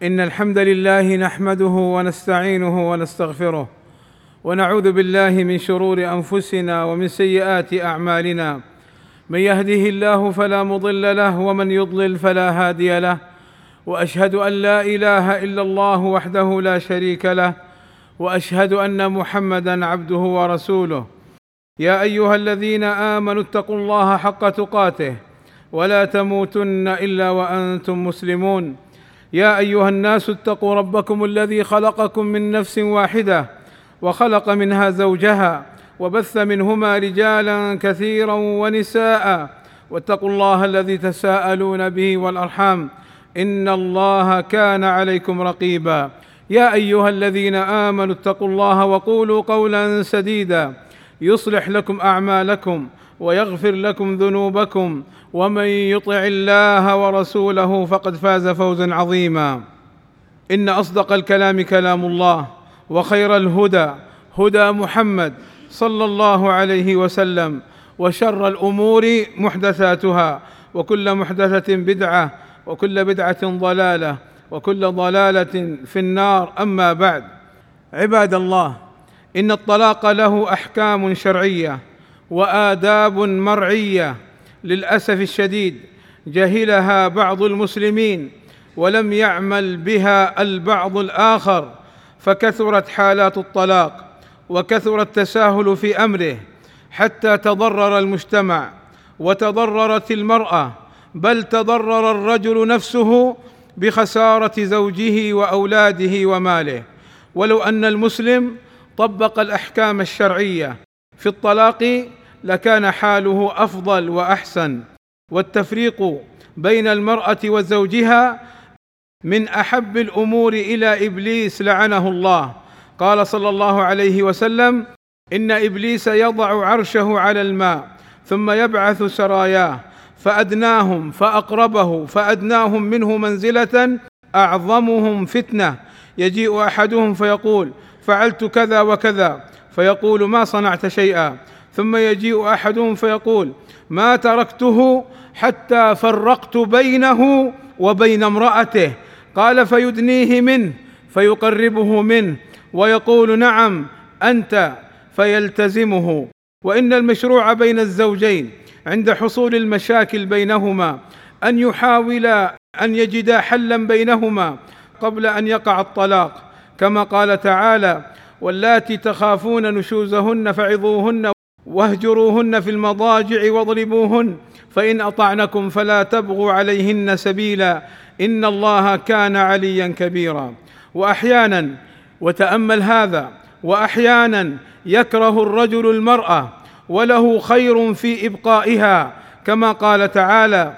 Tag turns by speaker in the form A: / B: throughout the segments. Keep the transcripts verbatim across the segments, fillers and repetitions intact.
A: إن الحمد لله نحمده ونستعينه ونستغفره، ونعوذ بالله من شرور أنفسنا ومن سيئات أعمالنا. من يهده الله فلا مضل له، ومن يضلل فلا هادي له. وأشهد أن لا إله إلا الله وحده لا شريك له، وأشهد أن محمدًا عبده ورسوله. يا أيها الذين آمنوا اتقوا الله حق تقاته ولا تموتن إلا وأنتم مسلمون. يا أيها الناس اتقوا ربكم الذي خلقكم من نفس واحدة، وخلق منها زوجها، وبث منهما رجالا كثيرا ونساء، واتقوا الله الذي تساءلون به والأرحام، إن الله كان عليكم رقيبا. يا أيها الذين آمنوا اتقوا الله وقولوا قولا سديدا يصلح لكم أعمالكم ويغفر لكم ذنوبكم، ومن يطع الله ورسوله فقد فاز فوزا عظيما. إن أصدق الكلام كلام الله، وخير الهدى هدى محمد صلى الله عليه وسلم، وشر الأمور محدثاتها، وكل محدثة بدعة، وكل بدعة ضلالة، وكل ضلالة في النار. أما بعد، عباد الله، إن الطلاق له أحكام شرعية وآداب مرعية للأسف الشديد جهلها بعض المسلمين ولم يعمل بها البعض الآخر، فكثرت حالات الطلاق وكثر التساهل في أمره، حتى تضرر المجتمع وتضررت المرأة، بل تضرر الرجل نفسه بخسارة زوجه وأولاده وماله. ولو أن المسلم طبق الأحكام الشرعية في الطلاق لكان حاله أفضل وأحسن. والتفريق بين المرأة وزوجها من أحب الأمور إلى إبليس لعنه الله. قال صلى الله عليه وسلم: إن إبليس يضع عرشه على الماء ثم يبعث سراياه فأدناهم فأقربه فأدناهم منه منزلة أعظمهم فتنة، يجيء أحدهم فيقول: فعلت كذا وكذا، فيقول: ما صنعت شيئا. ثم يجيء أحدهم فيقول: ما تركته حتى فرقت بينه وبين امرأته. قال: فيدنيه منه فيقربه منه ويقول: نعم أنت، فيلتزمه. وإن المشروع بين الزوجين عند حصول المشاكل بينهما أن يحاولا أن يجدا حلا بينهما قبل أن يقع الطلاق، كما قال تعالى: واللاتي تخافون نشوزهن فعظوهن واهجروهن في المضاجع واضربوهن، فإن أطعنكم فلا تبغوا عليهن سبيلا، إن الله كان عليا كبيرا. وأحيانا، وتأمل هذا، وأحيانا يكره الرجل المرأة وله خير في إبقائها، كما قال تعالى: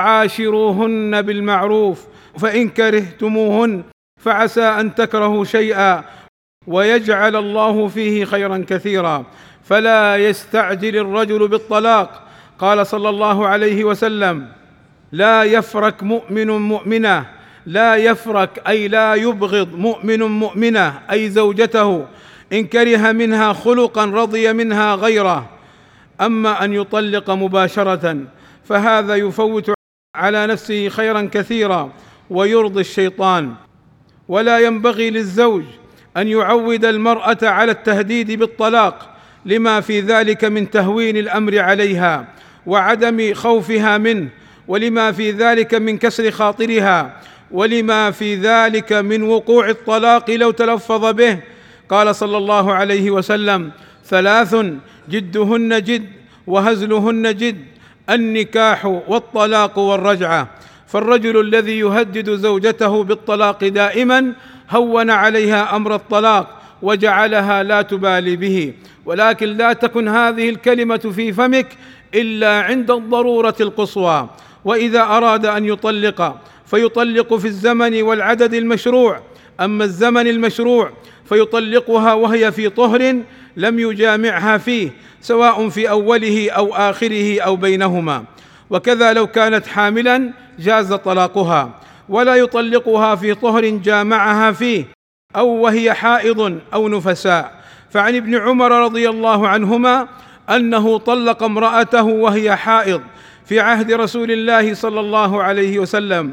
A: وعاشروهن بالمعروف فإن كرهتموهن فعسى أن تكرهوا شيئا ويجعل الله فيه خيرا كثيرا. فلا يستعجل الرجل بالطلاق. قال صلى الله عليه وسلم: لا يفرك مؤمن مؤمنة، لا يفرك أي لا يبغض مؤمن مؤمنة أي زوجته، إن كره منها خلقا رضي منها غيره. أما أن يطلق مباشرة فهذا يفوت على نفسه خيرا كثيرا ويرضي الشيطان. ولا ينبغي للزوج أن يعود المرأة على التهديد بالطلاق، لما في ذلك من تهوين الأمر عليها وعدم خوفها منه، ولما في ذلك من كسر خاطرها، ولما في ذلك من وقوع الطلاق لو تلفظ به. قال صلى الله عليه وسلم: ثلاث جدهن جد وهزلهن جد: النكاح والطلاق والرجعة. فالرجل الذي يهدد زوجته بالطلاق دائما هون عليها أمر الطلاق وجعلها لا تبالي به. ولكن لا تكن هذه الكلمة في فمك إلا عند الضرورة القصوى. وإذا أراد أن يطلق فيطلق في الزمن والعدد المشروع. أما الزمن المشروع فيطلقها وهي في طهر لم يجامعها فيه، سواء في أوله أو آخره أو بينهما. وكذا لو كانت حاملا جاز طلاقها، ولا يطلقها في طهر جامعها فيه، أو وهي حائض أو نفساء. فعن ابن عمر رضي الله عنهما أنه طلق امرأته وهي حائض في عهد رسول الله صلى الله عليه وسلم،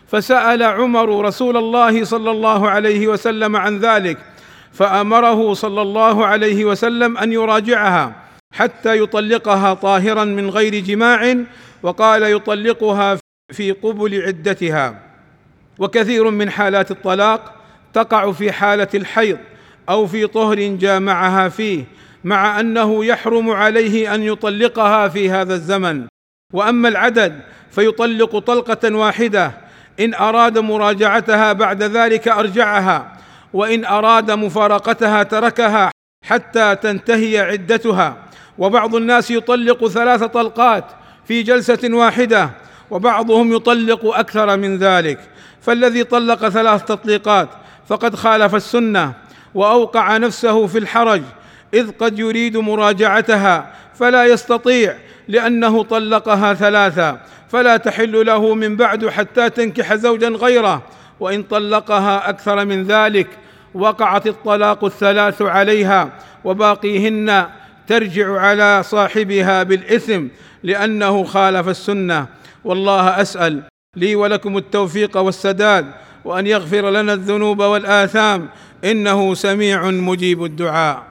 A: فسأل عمر رسول الله صلى الله عليه وسلم عن ذلك، فأمره صلى الله عليه وسلم أن يراجعها حتى يطلقها طاهرا من غير جماع، وقال يطلقها في قبل عدتها. وكثير من حالات الطلاق تقع في حالة الحيض أو في طهر جامعها فيه، مع أنه يحرم عليه أن يطلقها في هذا الزمن. وأما العدد فيطلق طلقة واحدة، إن أراد مراجعتها بعد ذلك أرجعها، وإن أراد مفارقتها تركها حتى تنتهي عدتها. وبعض الناس يطلق ثلاث طلقات في جلسة واحدة، وبعضهم يطلق أكثر من ذلك. فالذي طلق ثلاث تطليقات فقد خالف السنة وأوقع نفسه في الحرج، إذ قد يريد مراجعتها فلا يستطيع لأنه طلقها ثلاثة، فلا تحل له من بعد حتى تنكح زوجا غيره. وإن طلقها أكثر من ذلك وقعت الطلاق الثلاث عليها، وباقيهن ترجع على صاحبها بالإثم لأنه خالف السنة. والله أسأل لي ولكم التوفيق والسداد، وأن يغفر لنا الذنوب والآثام، إنه سميع مجيب الدعاء.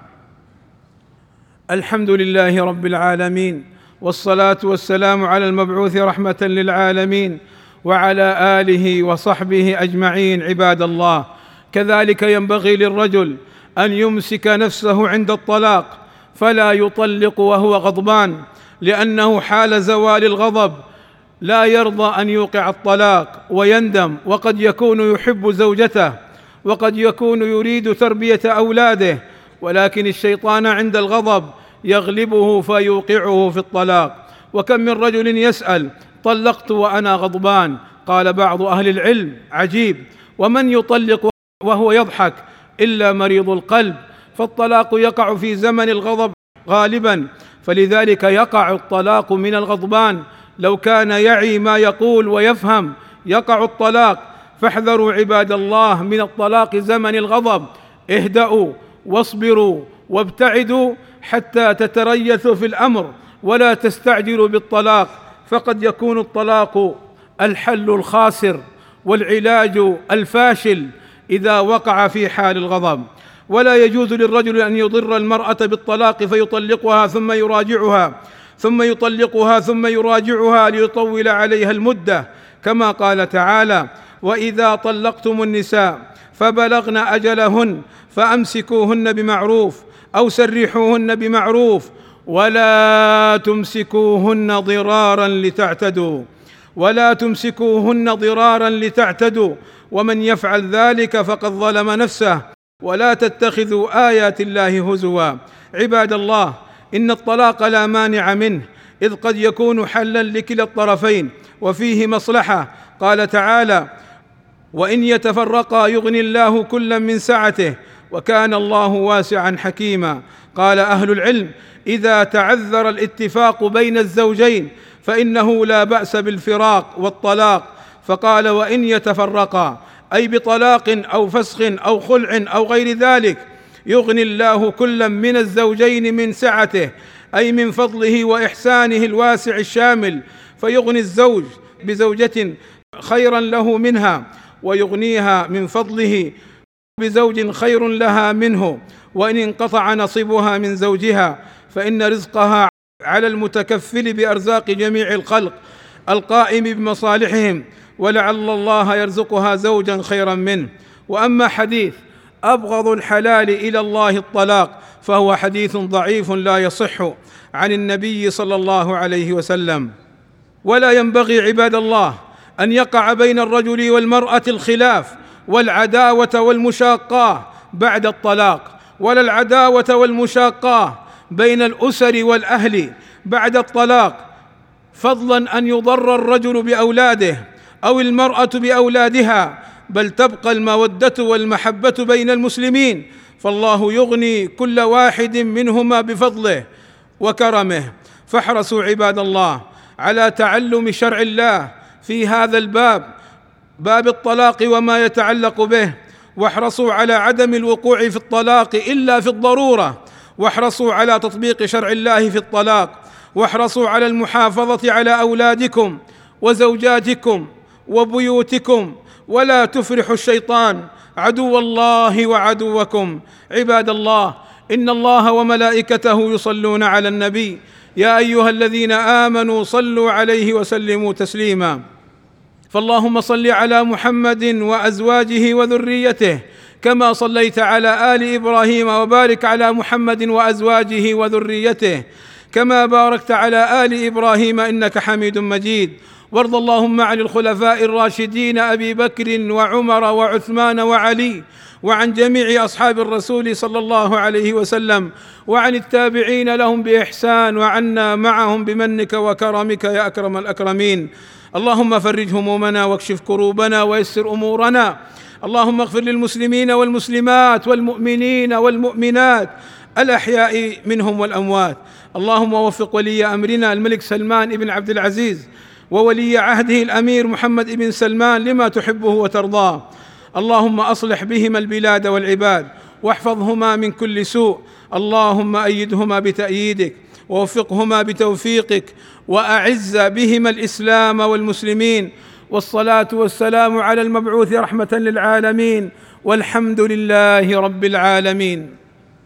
A: الحمد لله رب العالمين، والصلاة والسلام على المبعوث رحمة للعالمين، وعلى آله وصحبه أجمعين. عباد الله، كذلك ينبغي للرجل أن يمسك نفسه عند الطلاق، فلا يطلق وهو غضبان، لأنه حال زوال الغضب لا يرضى أن يوقع الطلاق ويندم، وقد يكون يحب زوجته، وقد يكون يريد تربية أولاده، ولكن الشيطان عند الغضب يغلبه فيوقعه في الطلاق. وكم من رجل يسأل: طلقت وأنا غضبان؟ قال بعض أهل العلم: عجيب، ومن يطلق وهو يضحك إلا مريض القلب؟ فالطلاق يقع في زمن الغضب غالبا، فلذلك يقع الطلاق من الغضبان. لو كان يعي ما يقول ويفهم يقع الطلاق. فاحذروا عباد الله من الطلاق زمن الغضب، اهدأوا واصبروا وابتعدوا حتى تتريثوا في الأمر، ولا تستعجلوا بالطلاق، فقد يكون الطلاق الحل الخاسر والعلاج الفاشل إذا وقع في حال الغضب. ولا يجوز للرجل أن يضر المرأة بالطلاق فيطلقها ثم يراجعها ثم يطلقها ثم يراجعها ليطول عليها المدة، كما قال تعالى: وإذا طلقتم النساء فبلغن أجلهن فأمسكوهن بمعروف أو سرحوهن بمعروف ولا تمسكوهن ضرارا لتعتدوا ولا تمسكوهن ضرارا لتعتدوا ومن يفعل ذلك فقد ظلم نفسه ولا تتخذوا آيات الله هزوا. عباد الله، إن الطلاق لا مانع منه، إذ قد يكون حلا لكلا الطرفين وفيه مصلحة. قال تعالى: وإن يتفرقا يغني الله كلا من سعته وكان الله واسعا حكيما. قال أهل العلم: إذا تعذر الاتفاق بين الزوجين فإنه لا بأس بالفراق والطلاق. فقال: وإن يتفرقا، أي بطلاق أو فسخ أو خلع أو غير ذلك، يغني الله كلا من الزوجين من سعته، أي من فضله وإحسانه الواسع الشامل، فيغني الزوج بزوجة خيرا له منها، ويغنيها من فضله بزوج خير لها منه. وإن انقطع نصيبها من زوجها فإن رزقها على المتكفل بأرزاق جميع الخلق القائم بمصالحهم، ولعل الله يرزقها زوجا خيرا منه. وأما حديث أبغض الحلال إلى الله الطلاق فهو حديث ضعيف لا يصح عن النبي صلى الله عليه وسلم. ولا ينبغي عباد الله أن يقع بين الرجل والمرأة الخلاف والعداوة والمشاقة بعد الطلاق، ولا العداوة والمشاقة بين الأسر والأهل بعد الطلاق، فضلا أن يضر الرجل بأولاده أو المرأة بأولادها، بل تبقى المودة والمحبة بين المسلمين، فالله يغني كل واحد منهما بفضله وكرمه. فاحرصوا عباد الله على تعلم شرع الله في هذا الباب، باب الطلاق وما يتعلق به، واحرصوا على عدم الوقوع في الطلاق إلا في الضرورة، واحرصوا على تطبيق شرع الله في الطلاق، واحرصوا على المحافظة على أولادكم وزوجاتكم وبيوتكم، ولا تفرحوا الشيطان عدو الله وعدوكم. عباد الله، إن الله وملائكته يصلون على النبي، يا أيها الذين آمنوا صلوا عليه وسلموا تسليما. فاللهم صل على محمد وأزواجه وذريته كما صليت على آل إبراهيم، وبارك على محمد وأزواجه وذريته كما باركت على آل إبراهيم إنك حميد مجيد. وارض اللهم عن الخلفاء الراشدين أبي بكر وعمر وعثمان وعلي، وعن جميع أصحاب الرسول صلى الله عليه وسلم، وعن التابعين لهم بإحسان، وعنا معهم بمنك وكرمك يا أكرم الأكرمين. اللهم فرج همومنا واكشف كروبنا ويسر أمورنا. اللهم اغفر للمسلمين والمسلمات والمؤمنين والمؤمنات الأحياء منهم والأموات. اللهم وفق ولي أمرنا الملك سلمان بن عبد العزيز وولي عهده الأمير محمد بن سلمان لما تحبه وترضاه. اللهم أصلح بهما البلاد والعباد، واحفظهما من كل سوء. اللهم أيدهما بتأييدك، ووفقهما بتوفيقك، وأعز بهما الإسلام والمسلمين. والصلاة والسلام على المبعوث رحمة للعالمين، والحمد لله رب العالمين.